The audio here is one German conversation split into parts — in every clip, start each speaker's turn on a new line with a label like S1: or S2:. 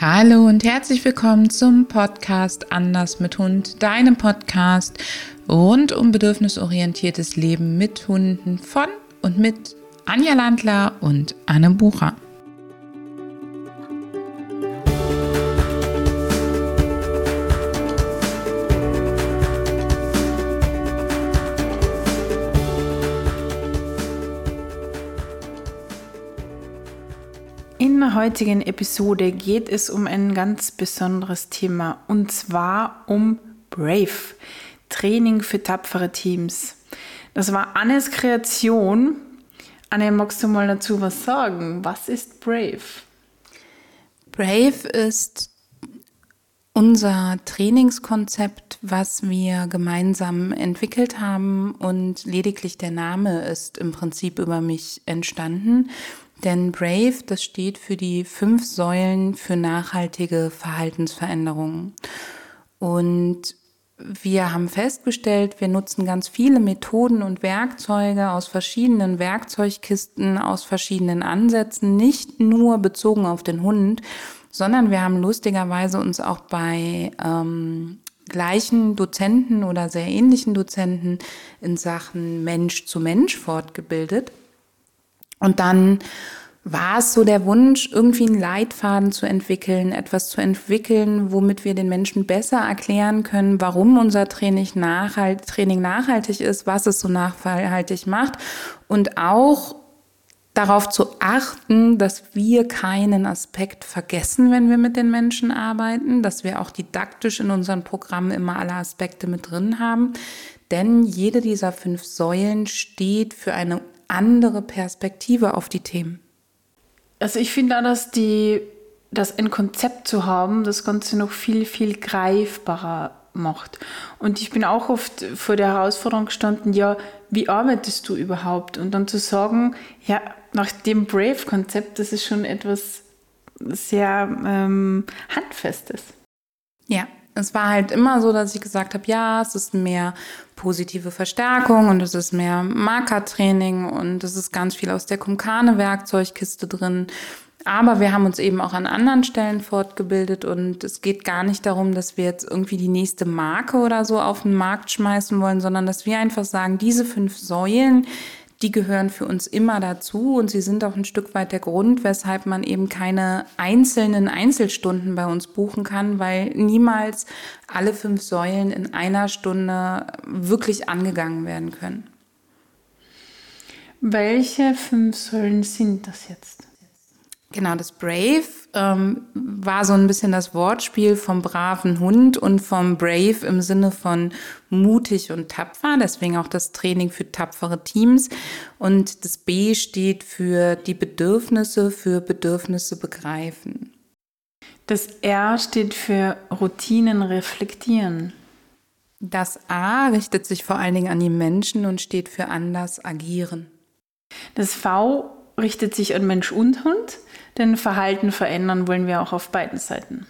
S1: Hallo und herzlich willkommen zum Podcast Anders mit Hund, deinem Podcast rund um bedürfnisorientiertes Leben mit Hunden von und mit Anja Landler und Anne Bucher.
S2: In der heutigen Episode geht es um ein ganz besonderes Thema und zwar um Brave, Training für tapfere Teams. Das war Annes Kreation. Anne, magst du mal dazu was sagen? Was ist Brave?
S1: Brave ist unser Trainingskonzept, was wir gemeinsam entwickelt haben, und lediglich der Name ist im Prinzip über mich entstanden. Denn Brave, das steht für die 5 Säulen für nachhaltige Verhaltensveränderungen. Und wir haben festgestellt, wir nutzen ganz viele Methoden und Werkzeuge aus verschiedenen Werkzeugkisten, aus verschiedenen Ansätzen, nicht nur bezogen auf den Hund, sondern wir haben lustigerweise uns auch bei gleichen Dozenten oder sehr ähnlichen Dozenten in Sachen Mensch zu Mensch fortgebildet. Und dann war es so der Wunsch, irgendwie einen Leitfaden zu entwickeln, etwas zu entwickeln, womit wir den Menschen besser erklären können, warum unser Training nachhaltig ist, was es so nachhaltig macht und auch darauf zu achten, dass wir keinen Aspekt vergessen, wenn wir mit den Menschen arbeiten, dass wir auch didaktisch in unseren Programmen immer alle Aspekte mit drin haben. Denn jede dieser 5 Säulen steht für eine andere Perspektive auf die Themen.
S2: Also ich finde auch, dass ein Konzept zu haben, das Ganze noch viel, viel greifbarer macht. Und ich bin auch oft vor der Herausforderung gestanden, ja, wie arbeitest du überhaupt? Und dann zu sagen, ja, nach dem Brave-Konzept, das ist schon etwas sehr Handfestes.
S1: Ja, es war halt immer so, dass ich gesagt habe, ja, es ist mehr positive Verstärkung und es ist mehr Markertraining und es ist ganz viel aus der Kumkane-Werkzeugkiste drin. Aber wir haben uns eben auch an anderen Stellen fortgebildet und es geht gar nicht darum, dass wir jetzt irgendwie die nächste Marke oder so auf den Markt schmeißen wollen, sondern dass wir einfach sagen, diese 5 Säulen, die gehören für uns immer dazu und sie sind auch ein Stück weit der Grund, weshalb man eben keine einzelnen Einzelstunden bei uns buchen kann, weil niemals alle 5 Säulen in einer Stunde wirklich angegangen werden können.
S2: Welche 5 Säulen sind das jetzt?
S1: Genau, das Brave war so ein bisschen das Wortspiel vom braven Hund und vom Brave im Sinne von mutig und tapfer, deswegen auch das Training für tapfere Teams. Und das B steht für die Bedürfnisse, für Bedürfnisse begreifen.
S2: Das R steht für Routinen reflektieren.
S1: Das A richtet sich vor allen Dingen an die Menschen und steht für anders agieren.
S2: Das V richtet sich an Mensch und Hund, denn Verhalten verändern wollen wir auch auf beiden Seiten.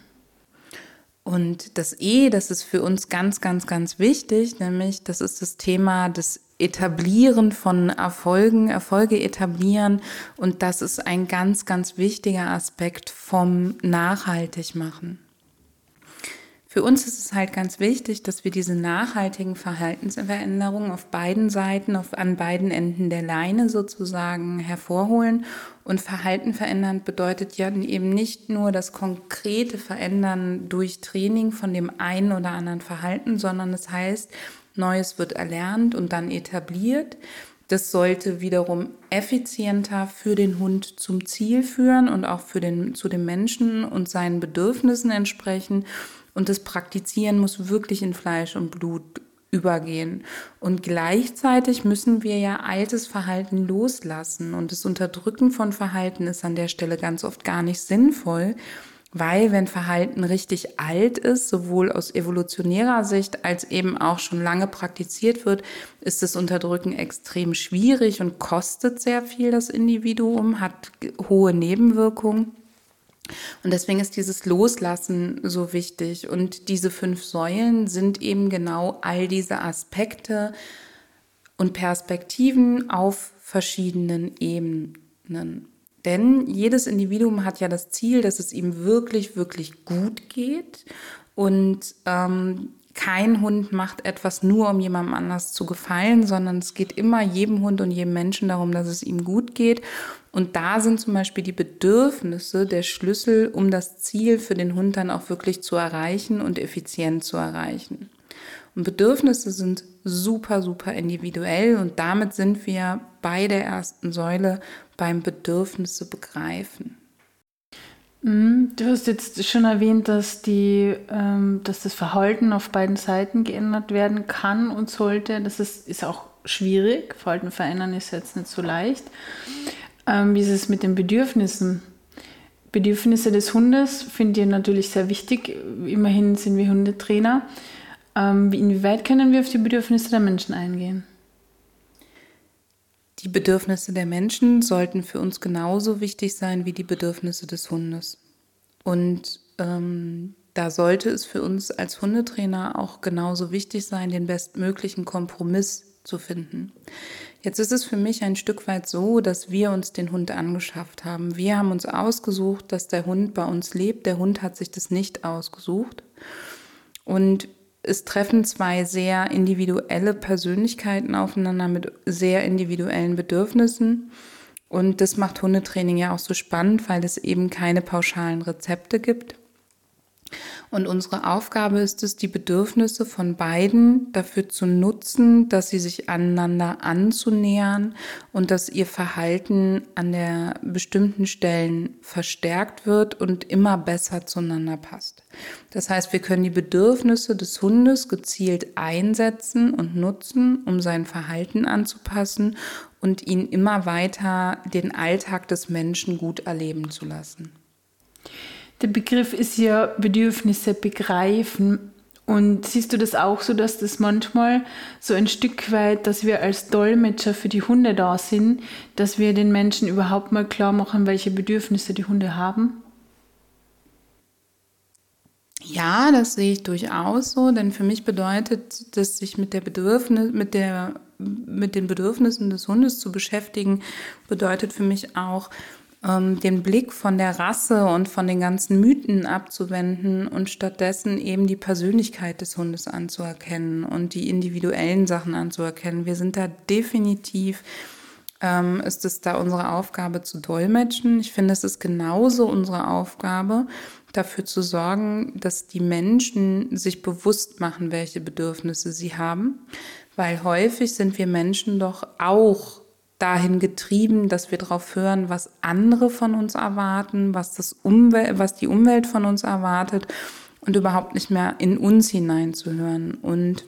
S1: Und das E, das ist für uns ganz, ganz, ganz wichtig, nämlich das ist das Thema des Etablieren von Erfolgen, Erfolge etablieren, und das ist ein ganz, ganz wichtiger Aspekt vom Nachhaltigmachen. Für uns ist es halt ganz wichtig, dass wir diese nachhaltigen Verhaltensveränderungen auf beiden Seiten, an beiden Enden der Leine sozusagen hervorholen. Und Verhalten verändern bedeutet ja eben nicht nur das konkrete Verändern durch Training von dem einen oder anderen Verhalten, sondern es heißt, Neues wird erlernt und dann etabliert. Das sollte wiederum effizienter für den Hund zum Ziel führen und auch zu dem Menschen und seinen Bedürfnissen entsprechen. Und das Praktizieren muss wirklich in Fleisch und Blut übergehen. Und gleichzeitig müssen wir ja altes Verhalten loslassen. Und das Unterdrücken von Verhalten ist an der Stelle ganz oft gar nicht sinnvoll, weil wenn Verhalten richtig alt ist, sowohl aus evolutionärer Sicht als eben auch schon lange praktiziert wird, ist das Unterdrücken extrem schwierig und kostet sehr viel das Individuum, hat hohe Nebenwirkungen. Und deswegen ist dieses Loslassen so wichtig. Und diese 5 Säulen sind eben genau all diese Aspekte und Perspektiven auf verschiedenen Ebenen. Denn jedes Individuum hat ja das Ziel, dass es ihm wirklich, wirklich gut geht. Und kein Hund macht etwas nur, um jemandem anders zu gefallen, sondern es geht immer jedem Hund und jedem Menschen darum, dass es ihm gut geht. Und da sind zum Beispiel die Bedürfnisse der Schlüssel, um das Ziel für den Hund dann auch wirklich zu erreichen und effizient zu erreichen. Und Bedürfnisse sind super, super individuell und damit sind wir bei der ersten Säule beim Bedürfnisse begreifen.
S2: Du hast jetzt schon erwähnt, dass das Verhalten auf beiden Seiten geändert werden kann und sollte. Das ist auch schwierig. Verhalten verändern ist jetzt nicht so leicht. Wie ist es mit den Bedürfnissen? Bedürfnisse des Hundes finde ich natürlich sehr wichtig. Immerhin sind wir Hundetrainer. Inwieweit können wir auf die Bedürfnisse der Menschen eingehen?
S1: Die Bedürfnisse der Menschen sollten für uns genauso wichtig sein wie die Bedürfnisse des Hundes. Und da sollte es für uns als Hundetrainer auch genauso wichtig sein, den bestmöglichen Kompromiss zu finden. Jetzt ist es für mich ein Stück weit so, dass wir uns den Hund angeschafft haben. Wir haben uns ausgesucht, dass der Hund bei uns lebt. Der Hund hat sich das nicht ausgesucht. Und es treffen zwei sehr individuelle Persönlichkeiten aufeinander mit sehr individuellen Bedürfnissen. Und das macht Hundetraining ja auch so spannend, weil es eben keine pauschalen Rezepte gibt. Und unsere Aufgabe ist es, die Bedürfnisse von beiden dafür zu nutzen, dass sie sich aneinander anzunähern und dass ihr Verhalten an der bestimmten Stellen verstärkt wird und immer besser zueinander passt. Das heißt, wir können die Bedürfnisse des Hundes gezielt einsetzen und nutzen, um sein Verhalten anzupassen und ihn immer weiter den Alltag des Menschen gut erleben zu lassen.
S2: Der Begriff ist ja Bedürfnisse begreifen. Und siehst du das auch so, dass das manchmal so ein Stück weit, dass wir als Dolmetscher für die Hunde da sind, dass wir den Menschen überhaupt mal klar machen, welche Bedürfnisse die Hunde haben?
S1: Ja, das sehe ich durchaus so, denn für mich bedeutet das, sich mit den Bedürfnissen des Hundes zu beschäftigen, bedeutet für mich auch, den Blick von der Rasse und von den ganzen Mythen abzuwenden und stattdessen eben die Persönlichkeit des Hundes anzuerkennen und die individuellen Sachen anzuerkennen. Wir sind da definitiv, ist es da unsere Aufgabe zu dolmetschen. Ich finde, es ist genauso unsere Aufgabe, dafür zu sorgen, dass die Menschen sich bewusst machen, welche Bedürfnisse sie haben, weil häufig sind wir Menschen doch auch dahin getrieben, dass wir darauf hören, was andere von uns erwarten, was die Umwelt von uns erwartet und überhaupt nicht mehr in uns hineinzuhören. Und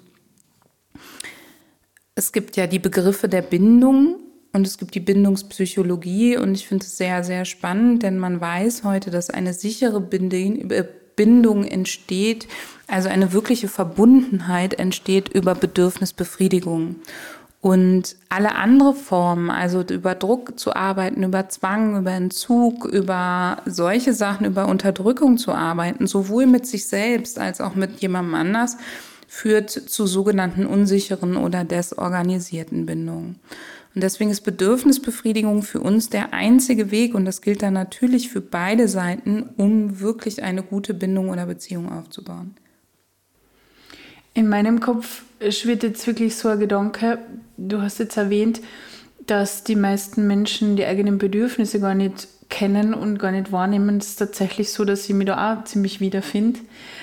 S1: es gibt ja die Begriffe der Bindung und es gibt die Bindungspsychologie und ich finde es sehr, sehr spannend, denn man weiß heute, dass eine sichere Bindung entsteht, also eine wirkliche Verbundenheit entsteht über Bedürfnisbefriedigung. Und alle andere Formen, also über Druck zu arbeiten, über Zwang, über Entzug, über solche Sachen, über Unterdrückung zu arbeiten, sowohl mit sich selbst als auch mit jemandem anders, führt zu sogenannten unsicheren oder desorganisierten Bindungen. Und deswegen ist Bedürfnisbefriedigung für uns der einzige Weg, und das gilt dann natürlich für beide Seiten, um wirklich eine gute Bindung oder Beziehung aufzubauen.
S2: In meinem Kopf schwirrt jetzt wirklich so ein Gedanke, du hast jetzt erwähnt, dass die meisten Menschen die eigenen Bedürfnisse gar nicht kennen und gar nicht wahrnehmen. Es ist tatsächlich so, dass ich mich da auch ziemlich wiederfinde.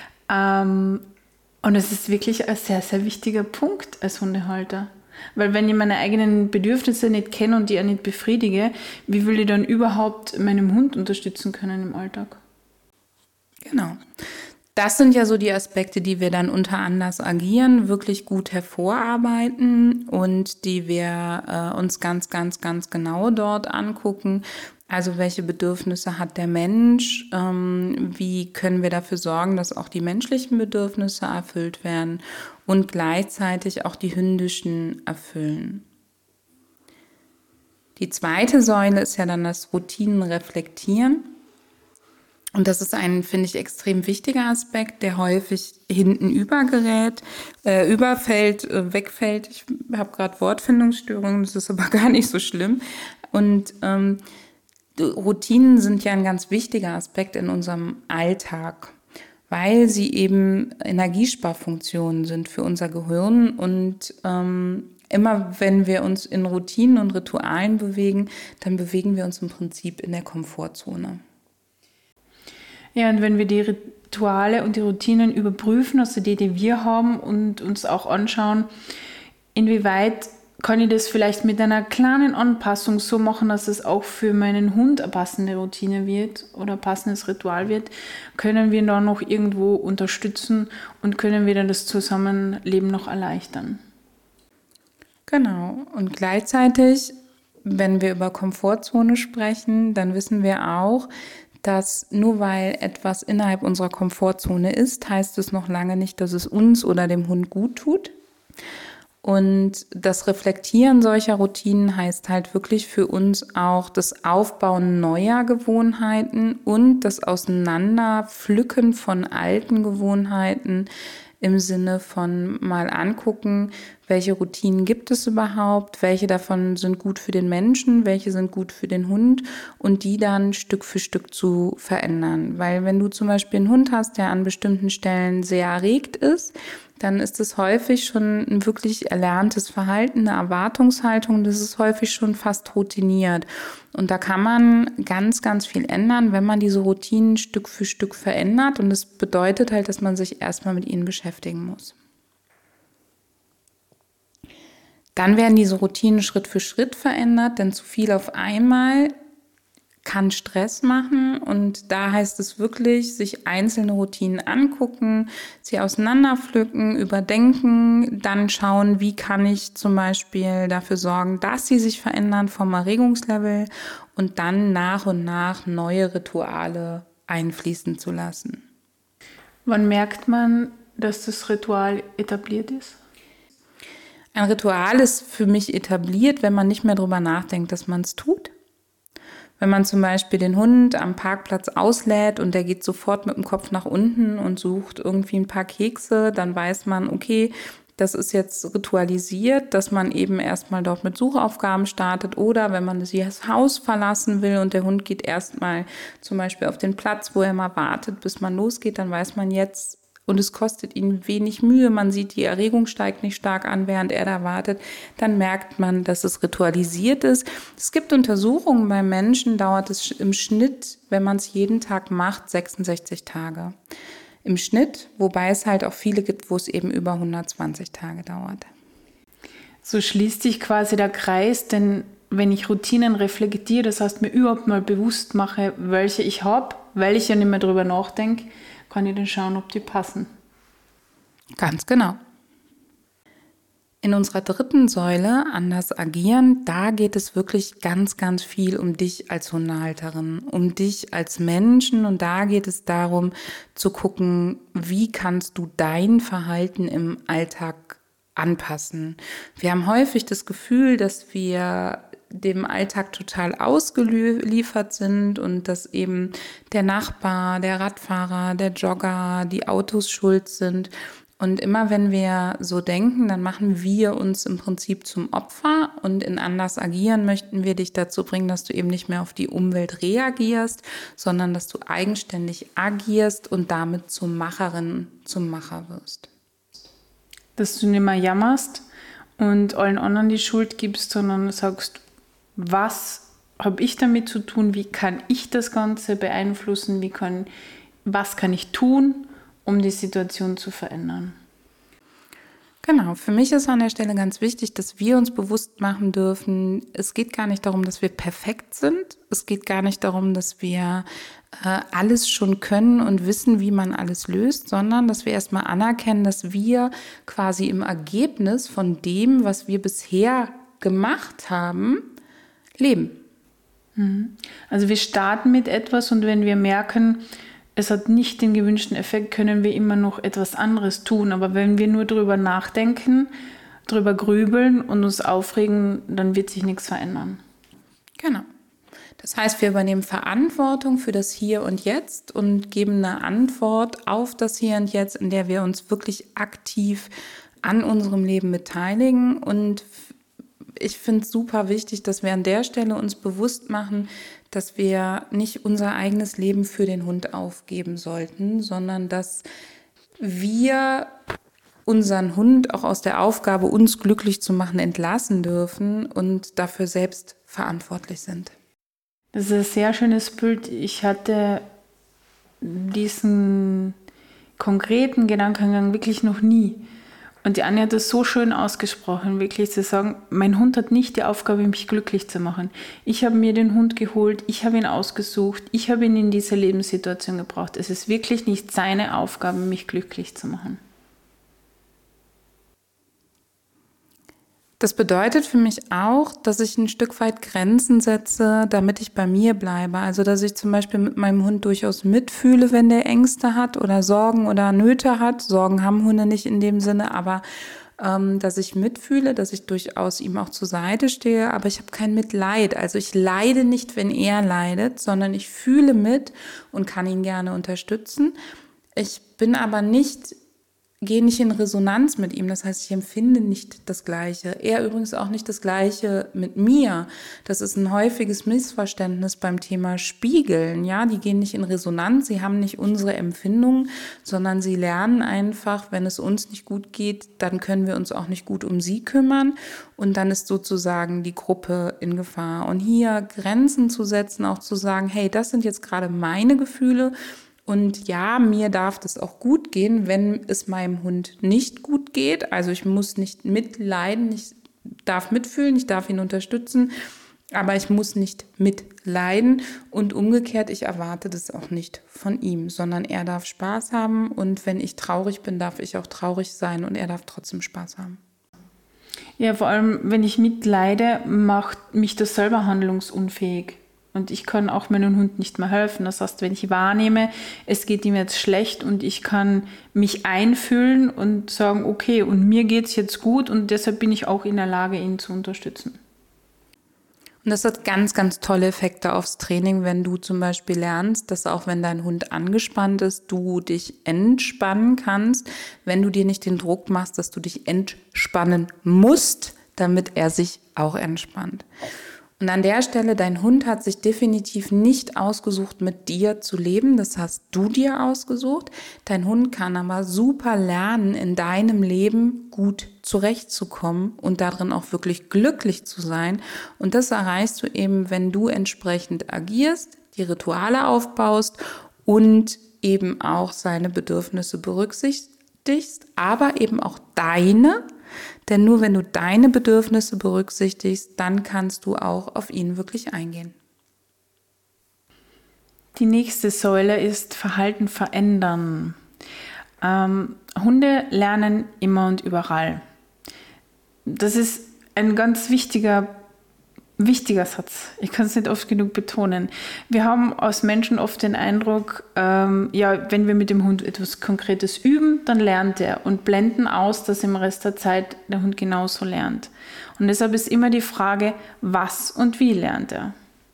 S2: Und es ist wirklich ein sehr, sehr wichtiger Punkt als Hundehalter. Weil wenn ich meine eigenen Bedürfnisse nicht kenne und die auch nicht befriedige, wie will ich dann überhaupt meinem Hund unterstützen können im Alltag?
S1: Genau. Das sind ja so die Aspekte, die wir dann unter anders agieren, wirklich gut hervorarbeiten und die wir uns ganz, ganz, ganz genau dort angucken. Also welche Bedürfnisse hat der Mensch? Wie können wir dafür sorgen, dass auch die menschlichen Bedürfnisse erfüllt werden und gleichzeitig auch die hündischen erfüllen? Die zweite Säule ist ja dann das Routinenreflektieren. Und das ist ein, finde ich, extrem wichtiger Aspekt, der häufig hinten überfällt, wegfällt. Ich habe gerade Wortfindungsstörungen, das ist aber gar nicht so schlimm. Und Routinen sind ja ein ganz wichtiger Aspekt in unserem Alltag, weil sie eben Energiesparfunktionen sind für unser Gehirn. Und immer wenn wir uns in Routinen und Ritualen bewegen, dann bewegen wir uns im Prinzip in der Komfortzone.
S2: Ja, und wenn wir die Rituale und die Routinen überprüfen, also die wir haben, und uns auch anschauen, inwieweit kann ich das vielleicht mit einer kleinen Anpassung so machen, dass es auch für meinen Hund eine passende Routine wird oder ein passendes Ritual wird, können wir da noch irgendwo unterstützen und können wir dann das Zusammenleben noch erleichtern.
S1: Genau. Und gleichzeitig, wenn wir über Komfortzone sprechen, dann wissen wir auch, dass nur weil etwas innerhalb unserer Komfortzone ist, heißt es noch lange nicht, dass es uns oder dem Hund gut tut. Und das Reflektieren solcher Routinen heißt halt wirklich für uns auch das Aufbauen neuer Gewohnheiten und das Auseinanderpflücken von alten Gewohnheiten im Sinne von mal angucken, welche Routinen gibt es überhaupt, welche davon sind gut für den Menschen, welche sind gut für den Hund und die dann Stück für Stück zu verändern. Weil wenn du zum Beispiel einen Hund hast, der an bestimmten Stellen sehr erregt ist, dann ist es häufig schon ein wirklich erlerntes Verhalten, eine Erwartungshaltung, das ist häufig schon fast routiniert. Und da kann man ganz, ganz viel ändern, wenn man diese Routinen Stück für Stück verändert. Und das bedeutet halt, dass man sich erstmal mit ihnen beschäftigen muss. Dann werden diese Routinen Schritt für Schritt verändert, denn zu viel auf einmal kann Stress machen und da heißt es wirklich, sich einzelne Routinen angucken, sie auseinanderpflücken, überdenken, dann schauen, wie kann ich zum Beispiel dafür sorgen, dass sie sich verändern vom Erregungslevel und dann nach und nach neue Rituale einfließen zu lassen.
S2: Wann merkt man, dass das Ritual etabliert ist?
S1: Ein Ritual ist für mich etabliert, wenn man nicht mehr drüber nachdenkt, dass man es tut. Wenn man zum Beispiel den Hund am Parkplatz auslädt und der geht sofort mit dem Kopf nach unten und sucht irgendwie ein paar Kekse, dann weiß man, okay, das ist jetzt ritualisiert, dass man eben erstmal dort mit Suchaufgaben startet. Oder wenn man das Haus verlassen will und der Hund geht erstmal zum Beispiel auf den Platz, wo er mal wartet, bis man losgeht, dann weiß man jetzt, und es kostet ihn wenig Mühe, man sieht, die Erregung steigt nicht stark an, während er da wartet, dann merkt man, dass es ritualisiert ist. Es gibt Untersuchungen bei Menschen, dauert es im Schnitt, wenn man es jeden Tag macht, 66 Tage. Im Schnitt, wobei es halt auch viele gibt, wo es eben über 120 Tage dauert.
S2: So schließt sich quasi der Kreis, denn wenn ich Routinen reflektiere, das heißt mir überhaupt mal bewusst mache, welche ich habe, weil ich ja nicht mehr drüber nachdenke, kann ich dann schauen, ob die passen.
S1: Ganz genau. In unserer dritten Säule, anders agieren, da geht es wirklich ganz, ganz viel um dich als Hundehalterin, um dich als Menschen und da geht es darum zu gucken, wie kannst du dein Verhalten im Alltag anpassen. Wir haben häufig das Gefühl, dass wir dem Alltag total ausgeliefert sind und dass eben der Nachbar, der Radfahrer, der Jogger, die Autos schuld sind. Und immer wenn wir so denken, dann machen wir uns im Prinzip zum Opfer und in anders agieren möchten wir dich dazu bringen, dass du eben nicht mehr auf die Umwelt reagierst, sondern dass du eigenständig agierst und damit zur Macherin, zum Macher wirst.
S2: Dass du nicht mehr jammerst und allen anderen die Schuld gibst, sondern sagst, was habe ich damit zu tun, wie kann ich das Ganze beeinflussen, was kann ich tun, um die Situation zu verändern.
S1: Genau, für mich ist an der Stelle ganz wichtig, dass wir uns bewusst machen dürfen, es geht gar nicht darum, dass wir perfekt sind. Es geht gar nicht darum, dass wir alles schon können und wissen, wie man alles löst, sondern dass wir erstmal anerkennen, dass wir quasi im Ergebnis von dem, was wir bisher gemacht haben, leben.
S2: Also wir starten mit etwas und wenn wir merken, es hat nicht den gewünschten Effekt, können wir immer noch etwas anderes tun. Aber wenn wir nur drüber nachdenken, drüber grübeln und uns aufregen, dann wird sich nichts verändern.
S1: Genau. Das heißt, wir übernehmen Verantwortung für das Hier und Jetzt und geben eine Antwort auf das Hier und Jetzt, in der wir uns wirklich aktiv an unserem Leben beteiligen. Und ich finde es super wichtig, dass wir an der Stelle uns bewusst machen, dass wir nicht unser eigenes Leben für den Hund aufgeben sollten, sondern dass wir unseren Hund auch aus der Aufgabe, uns glücklich zu machen, entlassen dürfen und dafür selbst verantwortlich sind.
S2: Das ist ein sehr schönes Bild. Ich hatte diesen konkreten Gedankengang wirklich noch nie. Und die Anja hat das so schön ausgesprochen, wirklich zu sagen, mein Hund hat nicht die Aufgabe, mich glücklich zu machen. Ich habe mir den Hund geholt, ich habe ihn ausgesucht, ich habe ihn in diese Lebenssituation gebracht. Es ist wirklich nicht seine Aufgabe, mich glücklich zu machen.
S1: Das bedeutet für mich auch, dass ich ein Stück weit Grenzen setze, damit ich bei mir bleibe. Also, dass ich zum Beispiel mit meinem Hund durchaus mitfühle, wenn der Ängste hat oder Sorgen oder Nöte hat. Sorgen haben Hunde nicht in dem Sinne, aber dass ich mitfühle, dass ich durchaus ihm auch zur Seite stehe, aber ich habe kein Mitleid. Also ich leide nicht, wenn er leidet, sondern ich fühle mit und kann ihn gerne unterstützen. Ich bin aber nicht gehe nicht in Resonanz mit ihm. Das heißt, ich empfinde nicht das Gleiche. Er übrigens auch nicht das Gleiche mit mir. Das ist ein häufiges Missverständnis beim Thema Spiegeln. Ja, die gehen nicht in Resonanz. Sie haben nicht unsere Empfindungen, sondern sie lernen einfach, wenn es uns nicht gut geht, dann können wir uns auch nicht gut um sie kümmern. Und dann ist sozusagen die Gruppe in Gefahr. Und hier Grenzen zu setzen, auch zu sagen, hey, das sind jetzt gerade meine Gefühle. Und ja, mir darf das auch gut gehen, wenn es meinem Hund nicht gut geht. Also ich muss nicht mitleiden, ich darf mitfühlen, ich darf ihn unterstützen, aber ich muss nicht mitleiden. Und umgekehrt, ich erwarte das auch nicht von ihm, sondern er darf Spaß haben. Und wenn ich traurig bin, darf ich auch traurig sein und er darf trotzdem Spaß haben.
S2: Ja, vor allem, wenn ich mitleide, macht mich das selber handlungsunfähig. Und ich kann auch meinem Hund nicht mehr helfen. Das heißt, wenn ich wahrnehme, es geht ihm jetzt schlecht und ich kann mich einfühlen und sagen, okay, und mir geht es jetzt gut und deshalb bin ich auch in der Lage, ihn zu unterstützen.
S1: Und das hat ganz, ganz tolle Effekte aufs Training, wenn du zum Beispiel lernst, dass auch wenn dein Hund angespannt ist, du dich entspannen kannst, wenn du dir nicht den Druck machst, dass du dich entspannen musst, damit er sich auch entspannt. Und an der Stelle, dein Hund hat sich definitiv nicht ausgesucht, mit dir zu leben. Das hast du dir ausgesucht. Dein Hund kann aber super lernen, in deinem Leben gut zurechtzukommen und darin auch wirklich glücklich zu sein. Und das erreichst du eben, wenn du entsprechend agierst, die Rituale aufbaust und eben auch seine Bedürfnisse berücksichtigst, aber eben auch deine. Denn nur wenn du deine Bedürfnisse berücksichtigst, dann kannst du auch auf ihn wirklich eingehen.
S2: Die nächste Säule ist Verhalten verändern. Hunde lernen immer und überall. Das ist ein ganz wichtiger Satz. Ich kann es nicht oft genug betonen. Wir haben als Menschen oft den Eindruck, wenn wir mit dem Hund etwas Konkretes üben, dann lernt er und blenden aus, dass im Rest der Zeit der Hund genauso lernt. Und deshalb ist immer die Frage, was und wie lernt er?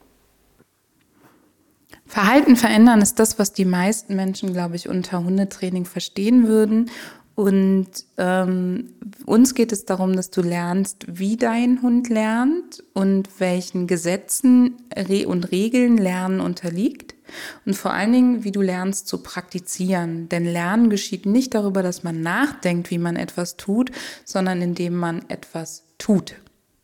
S1: Verhalten verändern ist das, was die meisten Menschen, glaube ich, unter Hundetraining verstehen würden. Und uns geht es darum, dass du lernst, wie dein Hund lernt und welchen Gesetzen und Regeln Lernen unterliegt. Und vor allen Dingen, wie du lernst zu praktizieren. Denn Lernen geschieht nicht darüber, dass man nachdenkt, wie man etwas tut, sondern indem man etwas tut.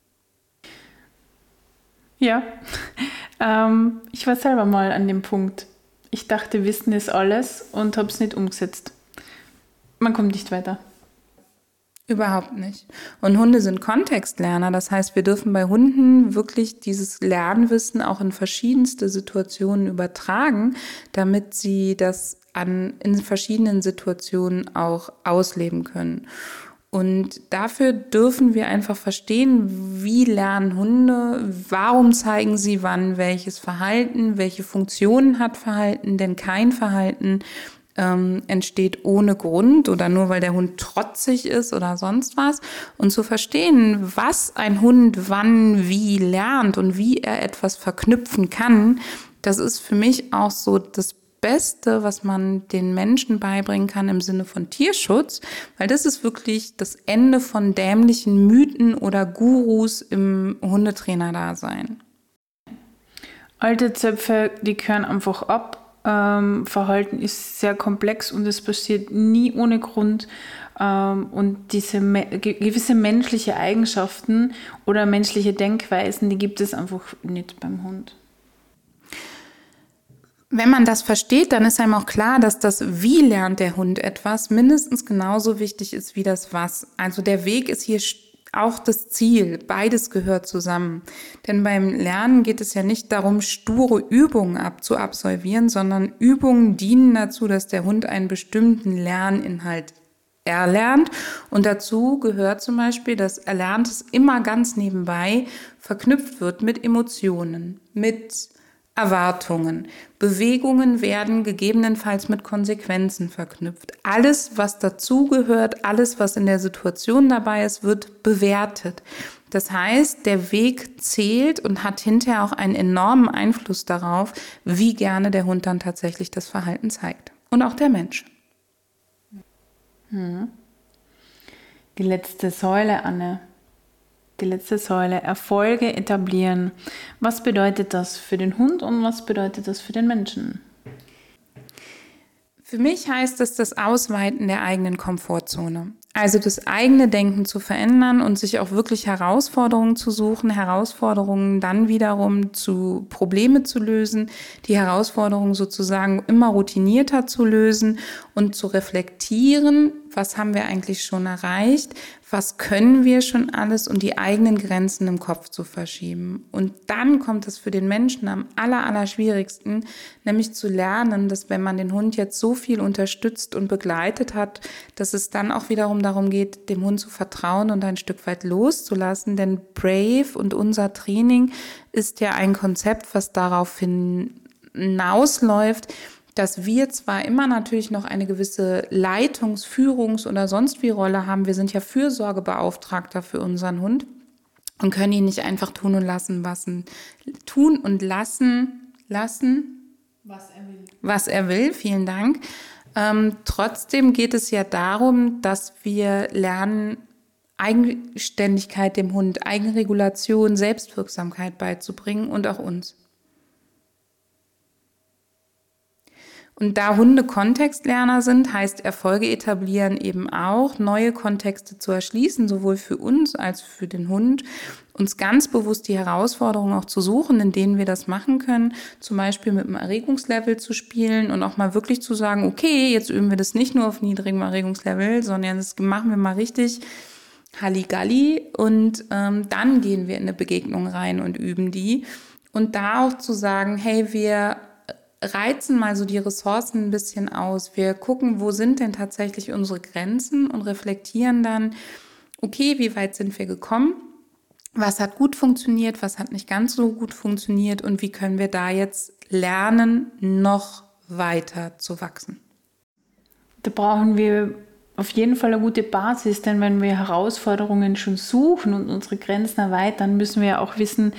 S2: Ja, ich war selber mal an dem Punkt. Ich dachte, Wissen ist alles und habe es nicht umgesetzt. Man kommt nicht weiter.
S1: Überhaupt nicht. Und Hunde sind Kontextlerner. Das heißt, wir dürfen bei Hunden wirklich dieses Lernwissen auch in verschiedenste Situationen übertragen, damit sie das in verschiedenen Situationen auch ausleben können. Und dafür dürfen wir einfach verstehen, wie lernen Hunde, warum zeigen sie wann welches Verhalten, welche Funktionen hat Verhalten, denn kein Verhalten entsteht ohne Grund oder nur weil der Hund trotzig ist oder sonst was. Und zu verstehen, was ein Hund wann wie lernt und wie er etwas verknüpfen kann, das ist für mich auch so das Beste, was man den Menschen beibringen kann im Sinne von Tierschutz, weil das ist wirklich das Ende von dämlichen Mythen oder Gurus im Hundetrainer-Dasein.
S2: Alte Zöpfe, die gehören einfach ab. Verhalten ist sehr komplex und es passiert nie ohne Grund. Und diese gewisse menschliche Eigenschaften oder menschliche Denkweisen, die gibt es einfach nicht beim Hund.
S1: Wenn man das versteht, dann ist einem auch klar, dass das Wie lernt der Hund etwas mindestens genauso wichtig ist wie das Was. Also der Weg ist hier auch das Ziel. Beides gehört zusammen. Denn beim Lernen geht es ja nicht darum, sture Übungen abzuabsolvieren, sondern Übungen dienen dazu, dass der Hund einen bestimmten Lerninhalt erlernt. Und dazu gehört zum Beispiel, dass Erlerntes immer ganz nebenbei verknüpft wird mit Emotionen, mit Erwartungen. Bewegungen werden gegebenenfalls mit Konsequenzen verknüpft. Alles, was dazugehört, alles, was in der Situation dabei ist, wird bewertet. Das heißt, der Weg zählt und hat hinterher auch einen enormen Einfluss darauf, wie gerne der Hund dann tatsächlich das Verhalten zeigt. Und auch der Mensch.
S2: Die letzte Säule, Anne. Die letzte Säule, Erfolge etablieren. Was bedeutet das für den Hund und was bedeutet das für den Menschen?
S1: Für mich heißt es das Ausweiten der eigenen Komfortzone. Also das eigene Denken zu verändern und sich auch wirklich Herausforderungen zu suchen, Herausforderungen dann wiederum zu Probleme zu lösen, die Herausforderungen sozusagen immer routinierter zu lösen und zu reflektieren, was haben wir eigentlich schon erreicht, was können wir schon alles und die eigenen Grenzen im Kopf zu verschieben. Und dann kommt es für den Menschen am allerschwierigsten, nämlich zu lernen, dass wenn man den Hund jetzt so viel unterstützt und begleitet hat, dass es dann auch wiederum darum geht, dem Hund zu vertrauen und ein Stück weit loszulassen. Denn Brave und unser Training ist ja ein Konzept, was darauf hinausläuft, dass wir zwar immer natürlich noch eine gewisse Leitungs-, Führungs- oder sonst wie Rolle haben. Wir sind ja Fürsorgebeauftragter für unseren Hund und können ihn nicht einfach tun und lassen, was er will. Vielen Dank. Trotzdem geht es ja darum, dass wir lernen, Eigenständigkeit dem Hund, Eigenregulation, Selbstwirksamkeit beizubringen und auch uns. Und da Hunde Kontextlerner sind, heißt Erfolge etablieren eben auch, neue Kontexte zu erschließen, sowohl für uns als für den Hund, uns ganz bewusst die Herausforderungen auch zu suchen, in denen wir das machen können, zum Beispiel mit dem Erregungslevel zu spielen und auch mal wirklich zu sagen, okay, jetzt üben wir das nicht nur auf niedrigem Erregungslevel, sondern das machen wir mal richtig Halligalli und dann gehen wir in eine Begegnung rein und üben die. Und da auch zu sagen, hey, wir reizen mal so die Ressourcen ein bisschen aus. Wir gucken, wo sind denn tatsächlich unsere Grenzen und reflektieren dann, okay, wie weit sind wir gekommen? Was hat gut funktioniert? Was hat nicht ganz so gut funktioniert? Und wie können wir da jetzt lernen, noch weiter zu wachsen?
S2: Da brauchen wir auf jeden Fall eine gute Basis, denn wenn wir Herausforderungen schon suchen und unsere Grenzen erweitern, müssen wir ja auch wissen,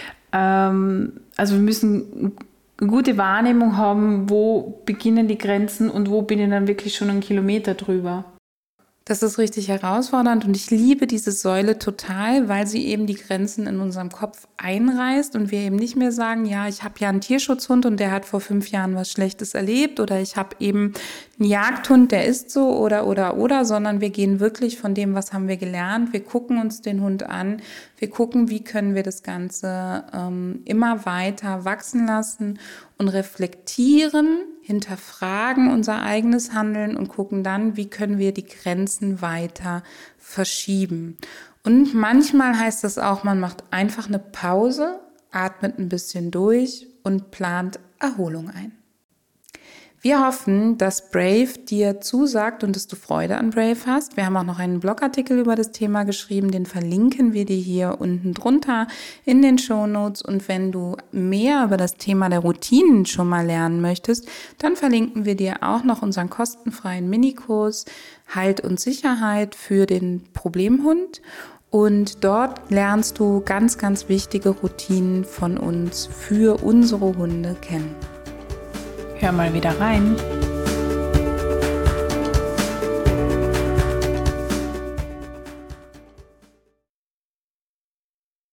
S2: wir müssen eine gute Wahrnehmung haben, wo beginnen die Grenzen und wo bin ich dann wirklich schon einen Kilometer drüber.
S1: Das ist richtig herausfordernd und ich liebe diese Säule total, weil sie eben die Grenzen in unserem Kopf einreißt und wir eben nicht mehr sagen, ja, ich habe ja einen Tierschutzhund und der hat vor 5 Jahren was Schlechtes erlebt oder ich habe eben einen Jagdhund, der ist so oder, sondern wir gehen wirklich von dem, was haben wir gelernt, wir gucken uns den Hund an, wir gucken, wie können wir das Ganze immer weiter wachsen lassen und reflektieren, hinterfragen unser eigenes Handeln und gucken dann, wie können wir die Grenzen weiter verschieben. Und manchmal heißt das auch, man macht einfach eine Pause, atmet ein bisschen durch und plant Erholung ein. Wir hoffen, dass Brave dir zusagt und dass du Freude an Brave hast. Wir haben auch noch einen Blogartikel über das Thema geschrieben, den verlinken wir dir hier unten drunter in den Shownotes. Und wenn du mehr über das Thema der Routinen schon mal lernen möchtest, dann verlinken wir dir auch noch unseren kostenfreien Minikurs Halt und Sicherheit für den Problemhund. Und dort lernst du ganz, ganz wichtige Routinen von uns für unsere Hunde kennen.
S2: Hör mal wieder rein.